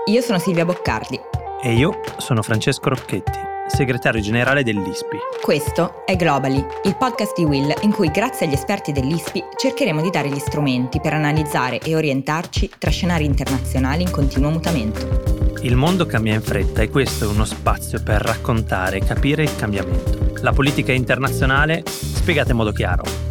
Io sono Silvia Boccardi. E io sono Francesco Rocchetti, segretario generale dell'ISPI. Questo è Globally, il podcast di Will in cui grazie agli esperti dell'ISPI cercheremo di dare gli strumenti per analizzare e orientarci tra scenari internazionali in continuo mutamento. Il mondo cambia in fretta e questo è uno spazio per raccontare e capire il cambiamento. La politica internazionale spiegata in modo chiaro.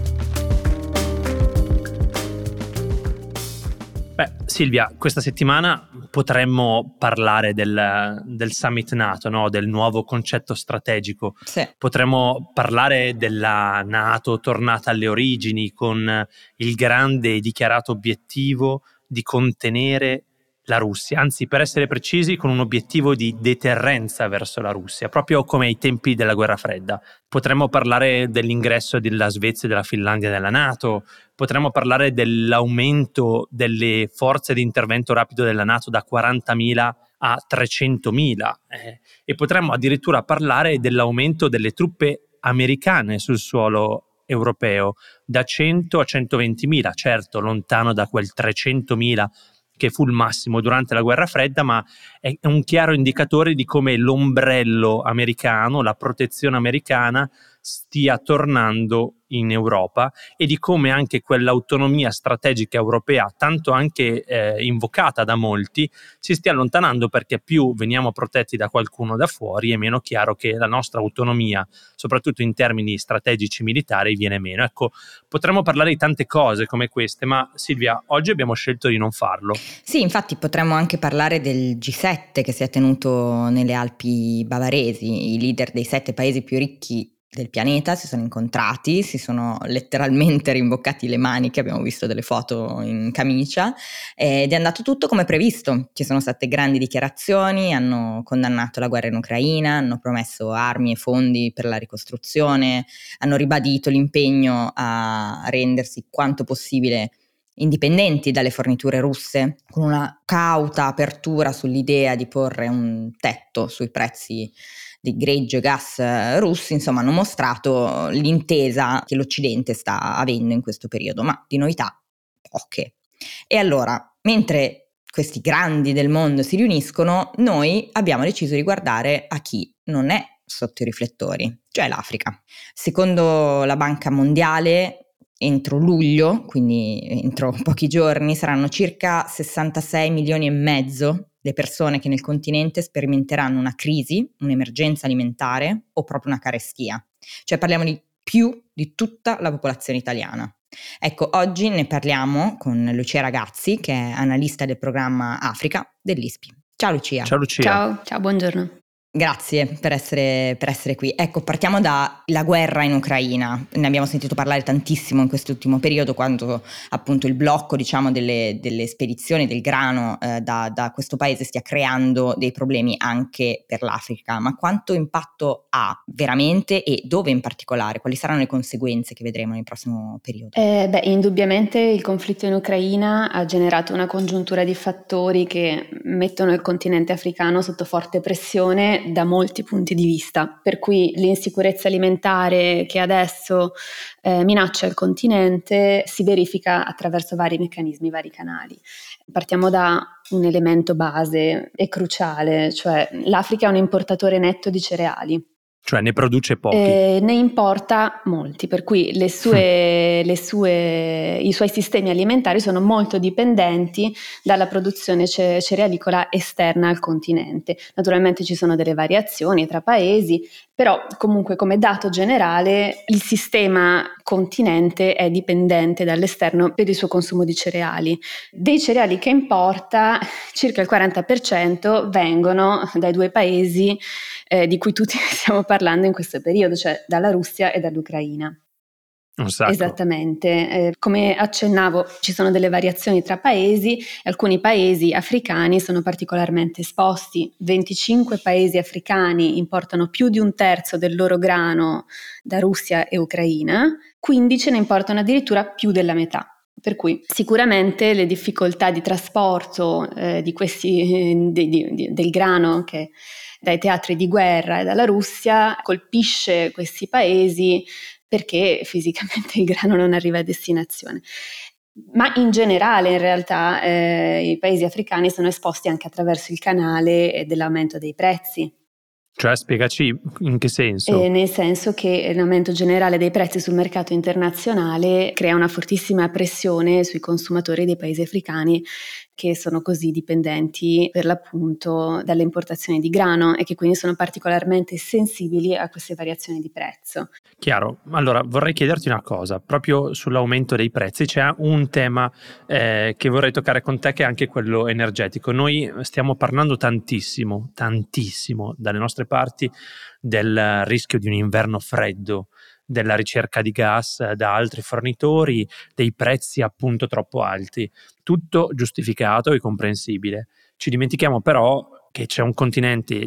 Silvia, questa settimana potremmo parlare del summit NATO, no? Del nuovo concetto strategico. Sì. Potremmo parlare della NATO tornata alle origini con il grande e dichiarato obiettivo di contenere la Russia, anzi per essere precisi con un obiettivo di deterrenza verso la Russia, proprio come ai tempi della guerra fredda. Potremmo parlare dell'ingresso della Svezia e della Finlandia nella NATO, potremmo parlare dell'aumento delle forze di intervento rapido della NATO da 40.000 a 300.000 e potremmo addirittura parlare dell'aumento delle truppe americane sul suolo europeo da 100 a 120.000, certo lontano da quel 300.000 che fu il massimo durante la guerra fredda, ma è un chiaro indicatore di come l'ombrello americano, la protezione americana stia tornando in Europa e di come anche quell'autonomia strategica europea, tanto anche invocata da molti, si stia allontanando, perché più veniamo protetti da qualcuno da fuori è meno chiaro che la nostra autonomia, soprattutto in termini strategici militari, viene meno. Ecco, potremmo parlare di tante cose come queste, ma Silvia, oggi abbiamo scelto di non farlo. Sì, infatti potremmo anche parlare del G7 che si è tenuto nelle Alpi bavaresi. I leader dei 7 paesi più ricchi del pianeta si sono incontrati, si sono letteralmente rimboccati le maniche, abbiamo visto delle foto in camicia ed è andato tutto come previsto. Ci sono state grandi dichiarazioni, hanno condannato la guerra in Ucraina, hanno promesso armi e fondi per la ricostruzione, hanno ribadito l'impegno a rendersi quanto possibile indipendenti dalle forniture russe, con una cauta apertura sull'idea di porre un tetto sui prezzi di greggio e gas russi. Insomma, hanno mostrato l'intesa che l'Occidente sta avendo in questo periodo, ma di novità poche. E allora, mentre questi grandi del mondo si riuniscono, noi abbiamo deciso di guardare a chi non è sotto i riflettori, cioè l'Africa. Secondo la Banca Mondiale, entro luglio, quindi entro pochi giorni, saranno circa 66 milioni e mezzo le persone che nel continente sperimenteranno una crisi, un'emergenza alimentare o proprio una carestia. Cioè parliamo di più di tutta la popolazione italiana. Ecco, oggi ne parliamo con Lucia Ragazzi, che è analista del programma Africa dell'ISPI. Ciao Lucia. Ciao Lucia. Ciao, buongiorno. Grazie per essere qui. Ecco, partiamo dalla guerra in Ucraina. Ne abbiamo sentito parlare tantissimo in quest'ultimo periodo, quando appunto il blocco, diciamo, delle spedizioni del grano da questo paese stia creando dei problemi anche per l'Africa. Ma quanto impatto ha veramente e dove in particolare? Quali saranno le conseguenze che vedremo nel prossimo periodo? Indubbiamente il conflitto in Ucraina ha generato una congiuntura di fattori che mettono il continente africano sotto forte pressione da molti punti di vista, per cui l'insicurezza alimentare che adesso minaccia il continente si verifica attraverso vari meccanismi, vari canali. Partiamo da un elemento base e cruciale, cioè l'Africa è un importatore netto di cereali. Cioè ne produce pochi. Ne importa molti, per cui i suoi sistemi alimentari sono molto dipendenti dalla produzione cerealicola esterna al continente. Naturalmente ci sono delle variazioni tra paesi, però comunque come dato generale il sistema continente è dipendente dall'esterno per il suo consumo di cereali. Dei cereali che importa, circa il 40% vengono dai 2 paesi di cui tutti stiamo parlando in questo periodo, cioè dalla Russia e dall'Ucraina. Un sacco. Esattamente, come accennavo ci sono delle variazioni tra paesi, alcuni paesi africani sono particolarmente esposti, 25 paesi africani importano più di 1/3 del loro grano da Russia e Ucraina, 15 ne importano addirittura più della metà. Per cui sicuramente le difficoltà di trasporto di del grano che dai teatri di guerra e dalla Russia colpisce questi paesi perché fisicamente il grano non arriva a destinazione. Ma in generale in realtà i paesi africani sono esposti anche attraverso il canale dell'aumento dei prezzi. Cioè, spiegaci in che senso? Nel senso che l'aumento generale dei prezzi sul mercato internazionale crea una fortissima pressione sui consumatori dei paesi africani, che sono così dipendenti per l'appunto dalle importazioni di grano e che quindi sono particolarmente sensibili a queste variazioni di prezzo. Chiaro. Allora, vorrei chiederti una cosa, proprio sull'aumento dei prezzi c'è un tema che vorrei toccare con te, che è anche quello energetico. Noi stiamo parlando tantissimo dalle nostre parti del rischio di un inverno freddo, della ricerca di gas da altri fornitori, dei prezzi appunto troppo alti. Tutto giustificato e comprensibile. Ci dimentichiamo però che c'è un continente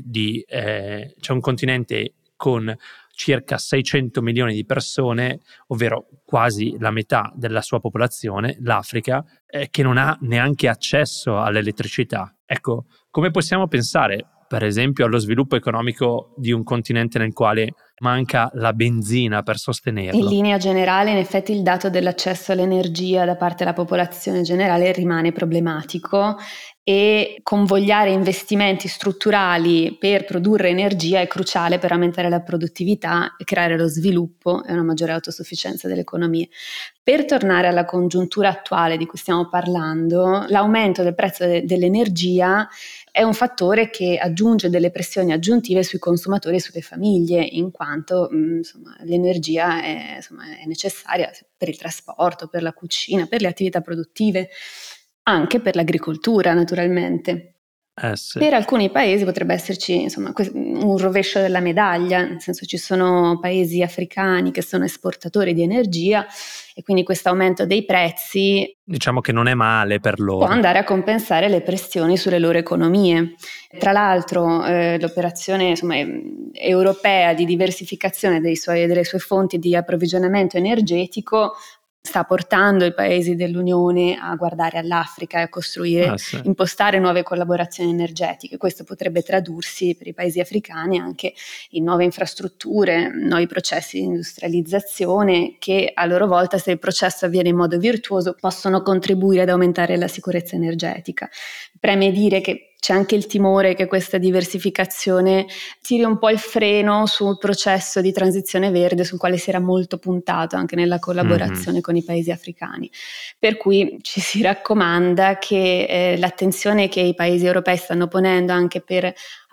con circa 600 milioni di persone, ovvero quasi la metà della sua popolazione, l'Africa, che non ha neanche accesso all'elettricità. Ecco, come possiamo pensare, per esempio, allo sviluppo economico di un continente nel quale manca la benzina per In sostenerlo? linea generale, in effetti, il dato dell'accesso all'energia da parte della popolazione generale rimane problematico e convogliare investimenti strutturali per produrre energia è cruciale per aumentare la produttività e creare lo sviluppo e una maggiore autosufficienza delle economie. Per tornare alla congiuntura attuale di cui stiamo parlando, l'aumento del prezzo dell'energia è un fattore che aggiunge delle pressioni aggiuntive sui consumatori e sulle famiglie, in quanto l'energia è necessaria per il trasporto, per la cucina, per le attività produttive, anche per l'agricoltura naturalmente. Sì. Per alcuni paesi potrebbe esserci un rovescio della medaglia, nel senso ci sono paesi africani che sono esportatori di energia e quindi questo aumento dei prezzi Diciamo che non è male per può loro. andare a compensare le pressioni sulle loro economie. Tra l'altro l'operazione europea di diversificazione delle sue fonti di approvvigionamento energetico sta portando i paesi dell'Unione a guardare all'Africa e a costruire, Sì. impostare nuove collaborazioni energetiche. Questo potrebbe tradursi per i paesi africani anche in nuove infrastrutture, nuovi processi di industrializzazione che a loro volta, se il processo avviene in modo virtuoso, possono contribuire ad aumentare la sicurezza energetica. Preme dire che c'è anche il timore che questa diversificazione tiri un po' il freno sul processo di transizione verde sul quale si era molto puntato anche nella collaborazione con i paesi africani. Per cui ci si raccomanda che l'attenzione che i paesi europei stanno ponendo anche per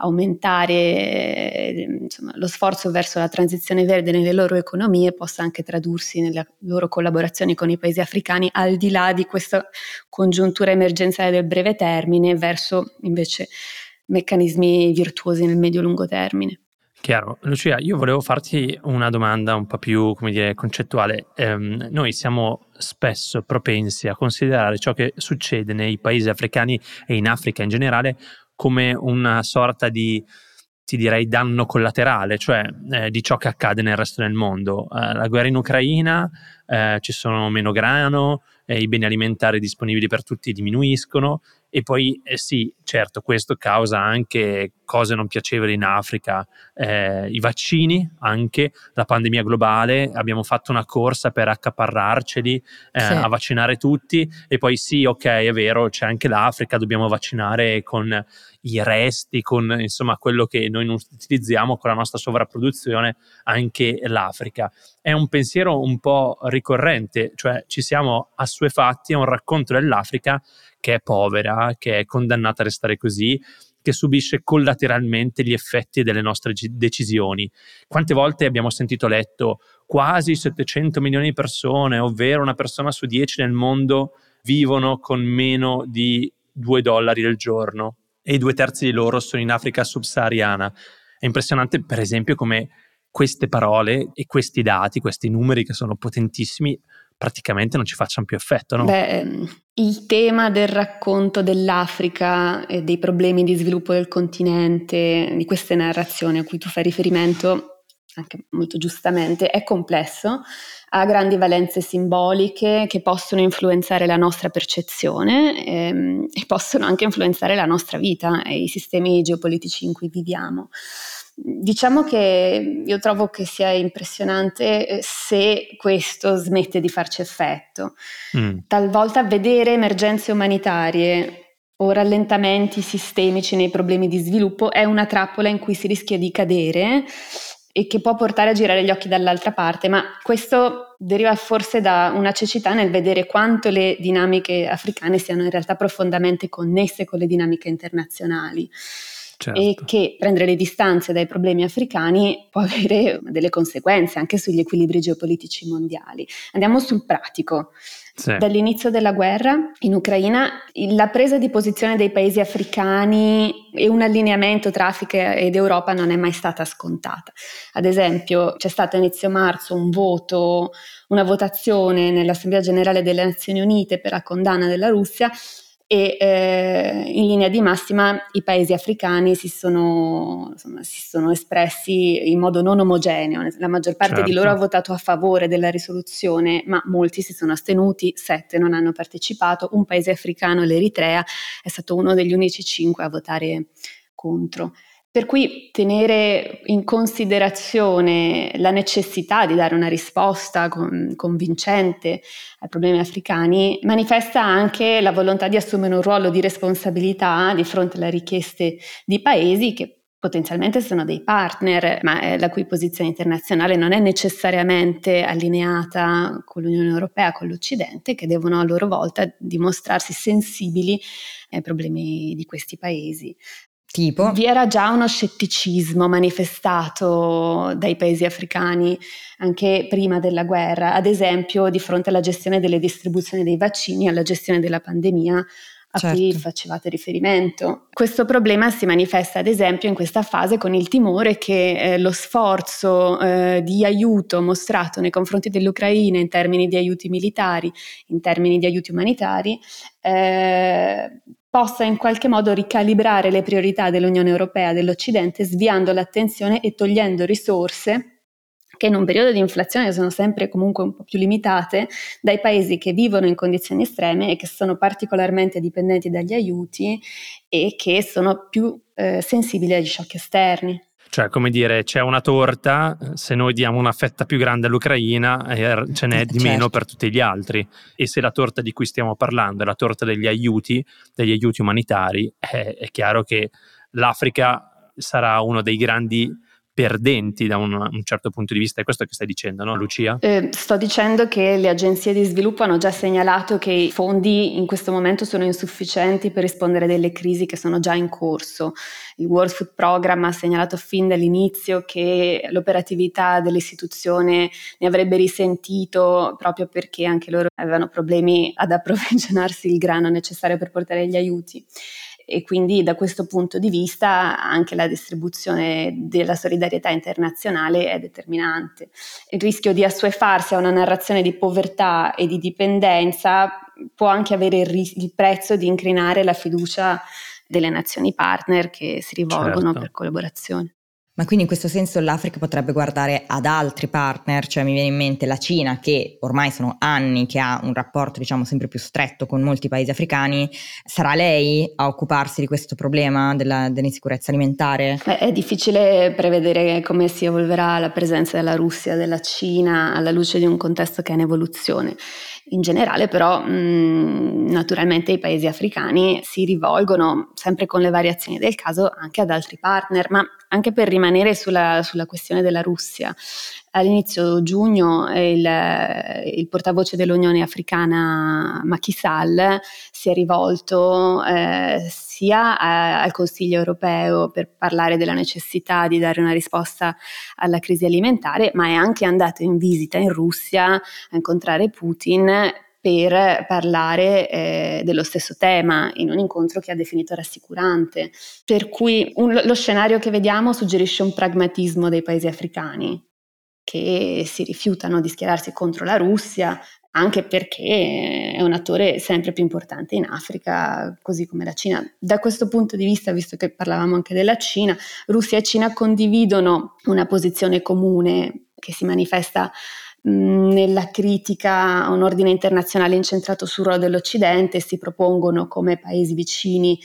aumentare lo sforzo verso la transizione verde nelle loro economie possa anche tradursi nelle loro collaborazioni con i paesi africani, al di là di questa congiuntura emergenziale del breve termine, verso invece meccanismi virtuosi nel medio-lungo termine. Chiaro. Lucia, io volevo farti una domanda un po' più, concettuale. Noi siamo spesso propensi a considerare ciò che succede nei paesi africani e in Africa in generale come una sorta di, ti direi, danno collaterale, cioè di ciò che accade nel resto del mondo. La guerra in Ucraina, ci sono meno grano, i beni alimentari disponibili per tutti diminuiscono. E poi sì, certo, questo causa anche cose non piacevoli in Africa, i vaccini, anche la pandemia globale, abbiamo fatto una corsa per accaparrarceli, Sì. a vaccinare tutti, e poi sì, ok, è vero, c'è anche l'Africa, dobbiamo vaccinare con i resti, con insomma quello che noi non utilizziamo, con la nostra sovrapproduzione, anche l'Africa. È un pensiero un po' ricorrente, cioè ci siamo assuefatti a un racconto dell'Africa che è povera, che è condannata a restare così, che subisce collateralmente gli effetti delle nostre decisioni. Quante volte abbiamo sentito letto quasi 700 milioni di persone, ovvero una persona su 10 nel mondo, vivono con meno di $2 al giorno e i 2/3 di loro sono in Africa subsahariana. È impressionante, per esempio, come queste parole e questi dati, questi numeri che sono potentissimi, praticamente non ci facciano più effetto, no? Il tema del racconto dell'Africa e dei problemi di sviluppo del continente, di queste narrazioni a cui tu fai riferimento, anche molto giustamente, è complesso, ha grandi valenze simboliche che possono influenzare la nostra percezione e possono anche influenzare la nostra vita e i sistemi geopolitici in cui viviamo. Diciamo che io trovo che sia impressionante se questo smette di farci effetto. Talvolta vedere emergenze umanitarie o rallentamenti sistemici nei problemi di sviluppo è una trappola in cui si rischia di cadere e che può portare a girare gli occhi dall'altra parte, ma questo deriva forse da una cecità nel vedere quanto le dinamiche africane siano in realtà profondamente connesse con le dinamiche internazionali. Certo. E che prendere le distanze dai problemi africani può avere delle conseguenze anche sugli equilibri geopolitici mondiali. Andiamo sul pratico. Sì. Dall'inizio della guerra in Ucraina la presa di posizione dei paesi africani e un allineamento tra Africa ed Europa non è mai stata scontata. Ad esempio c'è stato a inizio marzo una votazione nell'Assemblea Generale delle Nazioni Unite per la condanna della Russia e in linea di massima i paesi africani si sono espressi in modo non omogeneo. La maggior parte di loro ha votato a favore della risoluzione, ma molti si sono astenuti, 7 non hanno partecipato. Un paese africano, l'Eritrea, è stato uno degli unici 5 a votare contro. Per cui tenere in considerazione la necessità di dare una risposta convincente ai problemi africani manifesta anche la volontà di assumere un ruolo di responsabilità di fronte alle richieste di paesi che potenzialmente sono dei partner, ma la cui posizione internazionale non è necessariamente allineata con l'Unione Europea, con l'Occidente, che devono a loro volta dimostrarsi sensibili ai problemi di questi paesi. Tipo? Vi era già uno scetticismo manifestato dai paesi africani anche prima della guerra, ad esempio di fronte alla gestione delle distribuzioni dei vaccini, alla gestione della pandemia a cui facevate riferimento. Questo problema si manifesta ad esempio in questa fase con il timore che lo sforzo di aiuto mostrato nei confronti dell'Ucraina in termini di aiuti militari, in termini di aiuti umanitari, possa in qualche modo ricalibrare le priorità dell'Unione Europea, dell'Occidente, sviando l'attenzione e togliendo risorse che in un periodo di inflazione sono sempre comunque un po' più limitate, dai paesi che vivono in condizioni estreme e che sono particolarmente dipendenti dagli aiuti e che sono più sensibili agli shock esterni. Cioè, come dire, c'è una torta, se noi diamo una fetta più grande all'Ucraina, ce n'è di meno per tutti gli altri. E se la torta di cui stiamo parlando è la torta degli aiuti umanitari, è chiaro che l'Africa sarà uno dei grandi perdenti da un certo punto di vista. È questo che stai dicendo, no, Lucia? Sto dicendo che le agenzie di sviluppo hanno già segnalato che i fondi in questo momento sono insufficienti per rispondere delle crisi che sono già in corso. Il World Food Programme ha segnalato fin dall'inizio che l'operatività dell'istituzione ne avrebbe risentito proprio perché anche loro avevano problemi ad approvvigionarsi il grano necessario per portare gli aiuti. E quindi da questo punto di vista anche la distribuzione della solidarietà internazionale è determinante. Il rischio di assuefarsi a una narrazione di povertà e di dipendenza può anche avere il prezzo di incrinare la fiducia delle nazioni partner che si rivolgono per collaborazione. Ma quindi in questo senso l'Africa potrebbe guardare ad altri partner, cioè mi viene in mente la Cina che ormai sono anni che ha un rapporto diciamo sempre più stretto con molti paesi africani. Sarà lei a occuparsi di questo problema dell'insicurezza alimentare? È difficile prevedere come si evolverà la presenza della Russia, della Cina alla luce di un contesto che è in evoluzione. In generale però naturalmente i paesi africani si rivolgono sempre con le variazioni del caso anche ad altri partner, ma anche per rimanere sulla questione della Russia. All'inizio giugno il portavoce dell'Unione Africana Macky Sall si è rivolto sia al Consiglio europeo per parlare della necessità di dare una risposta alla crisi alimentare, ma è anche andato in visita in Russia a incontrare Putin per parlare dello stesso tema in un incontro che ha definito rassicurante. Per cui lo scenario che vediamo suggerisce un pragmatismo dei paesi africani che si rifiutano di schierarsi contro la Russia, anche perché è un attore sempre più importante in Africa, così come la Cina. Da questo punto di vista, visto che parlavamo anche della Cina, Russia e Cina condividono una posizione comune che si manifesta nella critica a un ordine internazionale incentrato sul ruolo dell'Occidente, si propongono come paesi vicini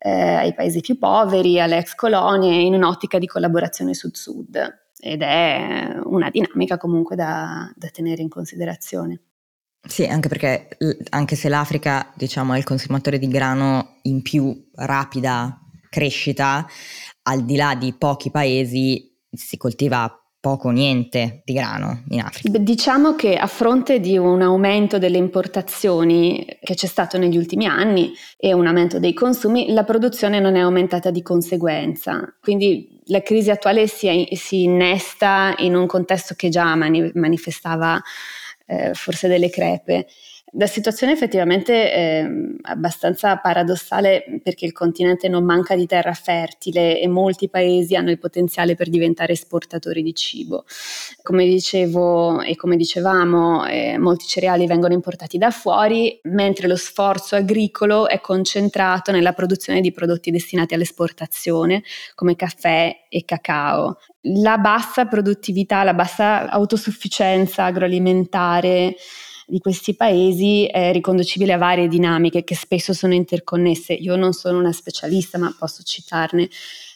ai paesi più poveri, alle ex colonie, in un'ottica di collaborazione sud-sud. Ed è una dinamica comunque da tenere in considerazione. Sì, anche perché anche se l'Africa, diciamo, è il consumatore di grano in più rapida crescita, al di là di pochi paesi si coltiva poco o niente di grano in Africa. Diciamo che a fronte di un aumento delle importazioni che c'è stato negli ultimi anni e un aumento dei consumi, la produzione non è aumentata di conseguenza. Quindi la crisi attuale si innesta in un contesto che già manifestava forse delle crepe. La situazione effettivamente è abbastanza paradossale, perché il continente non manca di terra fertile e molti paesi hanno il potenziale per diventare esportatori di cibo. Come dicevo e come dicevamo, molti cereali vengono importati da fuori, mentre lo sforzo agricolo è concentrato nella produzione di prodotti destinati all'esportazione, come caffè e cacao. La bassa produttività, la bassa autosufficienza agroalimentare di questi paesi è riconducibile a varie dinamiche che spesso sono interconnesse. Io non sono una specialista, ma posso citarne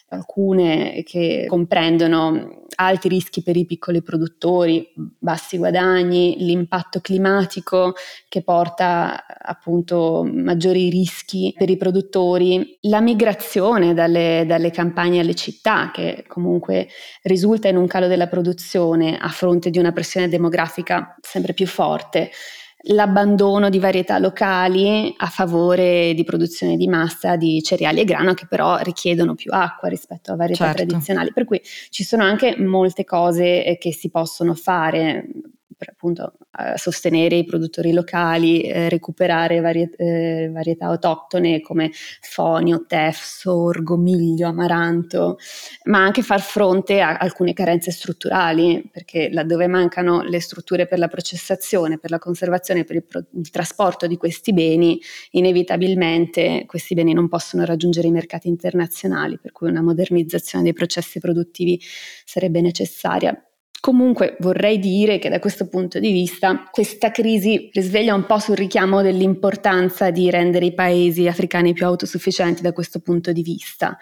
alcune che comprendono alti rischi per i piccoli produttori, bassi guadagni, l'impatto climatico che porta appunto maggiori rischi per i produttori, la migrazione dalle campagne alle città, che comunque risulta in un calo della produzione a fronte di una pressione demografica sempre più forte, l'abbandono di varietà locali a favore di produzione di massa di cereali e grano, che però richiedono più acqua rispetto a varietà tradizionali, per cui ci sono anche molte cose che si possono fare per appunto sostenere i produttori locali, recuperare varietà autoctone come fonio, tef, sorgo, miglio, amaranto, ma anche far fronte a alcune carenze strutturali, perché laddove mancano le strutture per la processazione, per la conservazione, per il trasporto di questi beni, inevitabilmente questi beni non possono raggiungere i mercati internazionali, per cui una modernizzazione dei processi produttivi sarebbe necessaria. Comunque vorrei dire che da questo punto di vista questa crisi risveglia un po' sul richiamo dell'importanza di rendere i paesi africani più autosufficienti da questo punto di vista.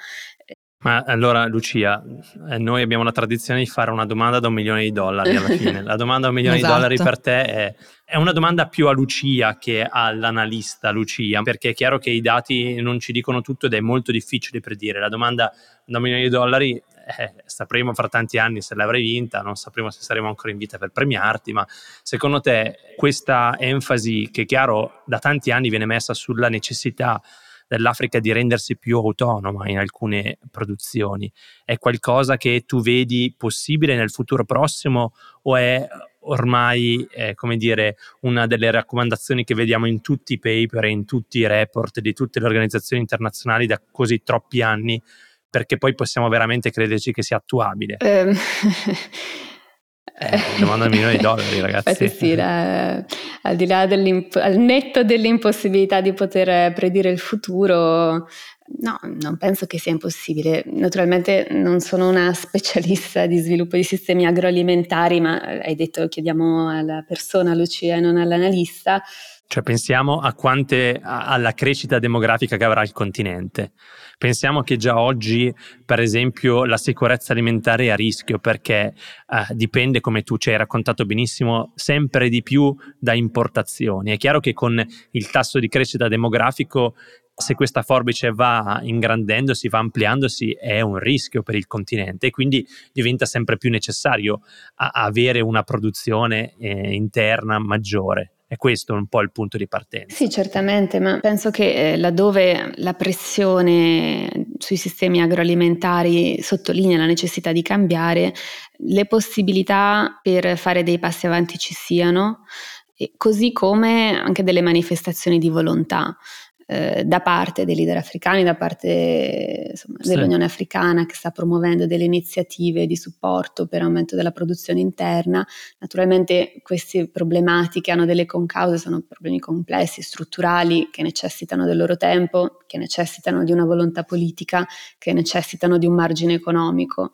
Ma allora Lucia, noi abbiamo la tradizione di fare una domanda da $1 milione alla fine. La domanda da $1 milione Esatto. per te è una domanda più a Lucia che all'analista Lucia, perché è chiaro che i dati non ci dicono tutto ed è molto difficile predire. La domanda da $1 milione sapremo fra tanti anni se l'avrai vinta, non sapremo se saremo ancora in vita per premiarti, ma secondo te questa enfasi che chiaro da tanti anni viene messa sulla necessità dell'Africa di rendersi più autonoma in alcune produzioni, è qualcosa che tu vedi possibile nel futuro prossimo o è ormai come dire una delle raccomandazioni che vediamo in tutti i paper e in tutti i report di tutte le organizzazioni internazionali da così troppi anni, perché poi possiamo veramente crederci che sia attuabile? Domanda da $1 milione, ragazzi. Sì, al di là al netto dell'impossibilità di poter predire il futuro, no, non penso che sia impossibile. Naturalmente non sono una specialista di sviluppo di sistemi agroalimentari, ma hai detto chiediamo alla persona, Lucia, e non all'analista. Cioè pensiamo alla crescita demografica che avrà il continente. Pensiamo che già oggi, per esempio, la sicurezza alimentare è a rischio perché dipende, come tu ci hai raccontato benissimo, sempre di più da importazioni. È chiaro che con il tasso di crescita demografico, se questa forbice va ingrandendosi, va ampliandosi, è un rischio per il continente e quindi diventa sempre più necessario avere una produzione interna maggiore. È questo un po' il punto di partenza. Sì, certamente, ma penso che laddove la pressione sui sistemi agroalimentari sottolinea la necessità di cambiare, le possibilità per fare dei passi avanti ci siano, così come anche delle manifestazioni di volontà da parte dei leader africani, da parte dell'Unione Africana, che sta promuovendo delle iniziative di supporto per aumento della produzione interna. Naturalmente queste problematiche hanno delle concause, sono problemi complessi, strutturali, che necessitano del loro tempo, che necessitano di una volontà politica, che necessitano di un margine economico.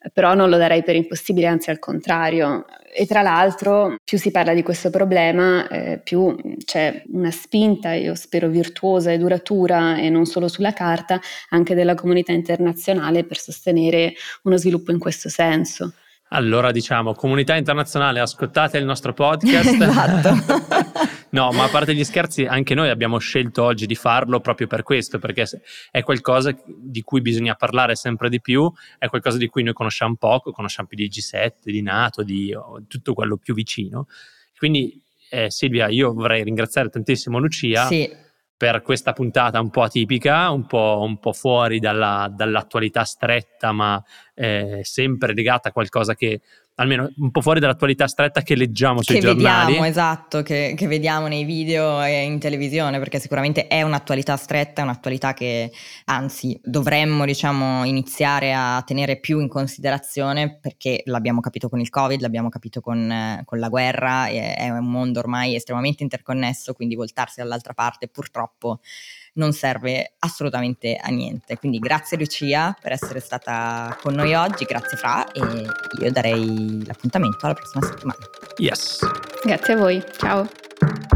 però non lo darei per impossibile, anzi al contrario. E tra l'altro più si parla di questo problema, più c'è una spinta, io spero virtuosa e duratura, e non solo sulla carta, anche della comunità internazionale per sostenere uno sviluppo in questo senso. Allora diciamo, comunità internazionale, ascoltate il nostro podcast. Esatto. No, ma a parte gli scherzi, anche noi abbiamo scelto oggi di farlo proprio per questo, perché è qualcosa di cui bisogna parlare sempre di più, è qualcosa di cui noi conosciamo poco, conosciamo più di G7, di NATO, di tutto quello più vicino. Quindi Silvia, io vorrei ringraziare tantissimo Lucia. Sì. Per questa puntata un po' atipica, un po' fuori dall'attualità stretta, ma sempre legata a qualcosa che, almeno un po' fuori dall'attualità stretta che leggiamo sui giornali. Vediamo, esatto, che vediamo nei video e in televisione, perché sicuramente è un'attualità stretta, è un'attualità che anzi dovremmo, diciamo, iniziare a tenere più in considerazione, perché l'abbiamo capito con il Covid, l'abbiamo capito con la guerra, è un mondo ormai estremamente interconnesso, quindi voltarsi dall'altra parte purtroppo non serve assolutamente a niente. Quindi grazie Lucia per essere stata con noi oggi, grazie Fra, e io darei l'appuntamento alla prossima settimana. Yes. Grazie a voi, ciao.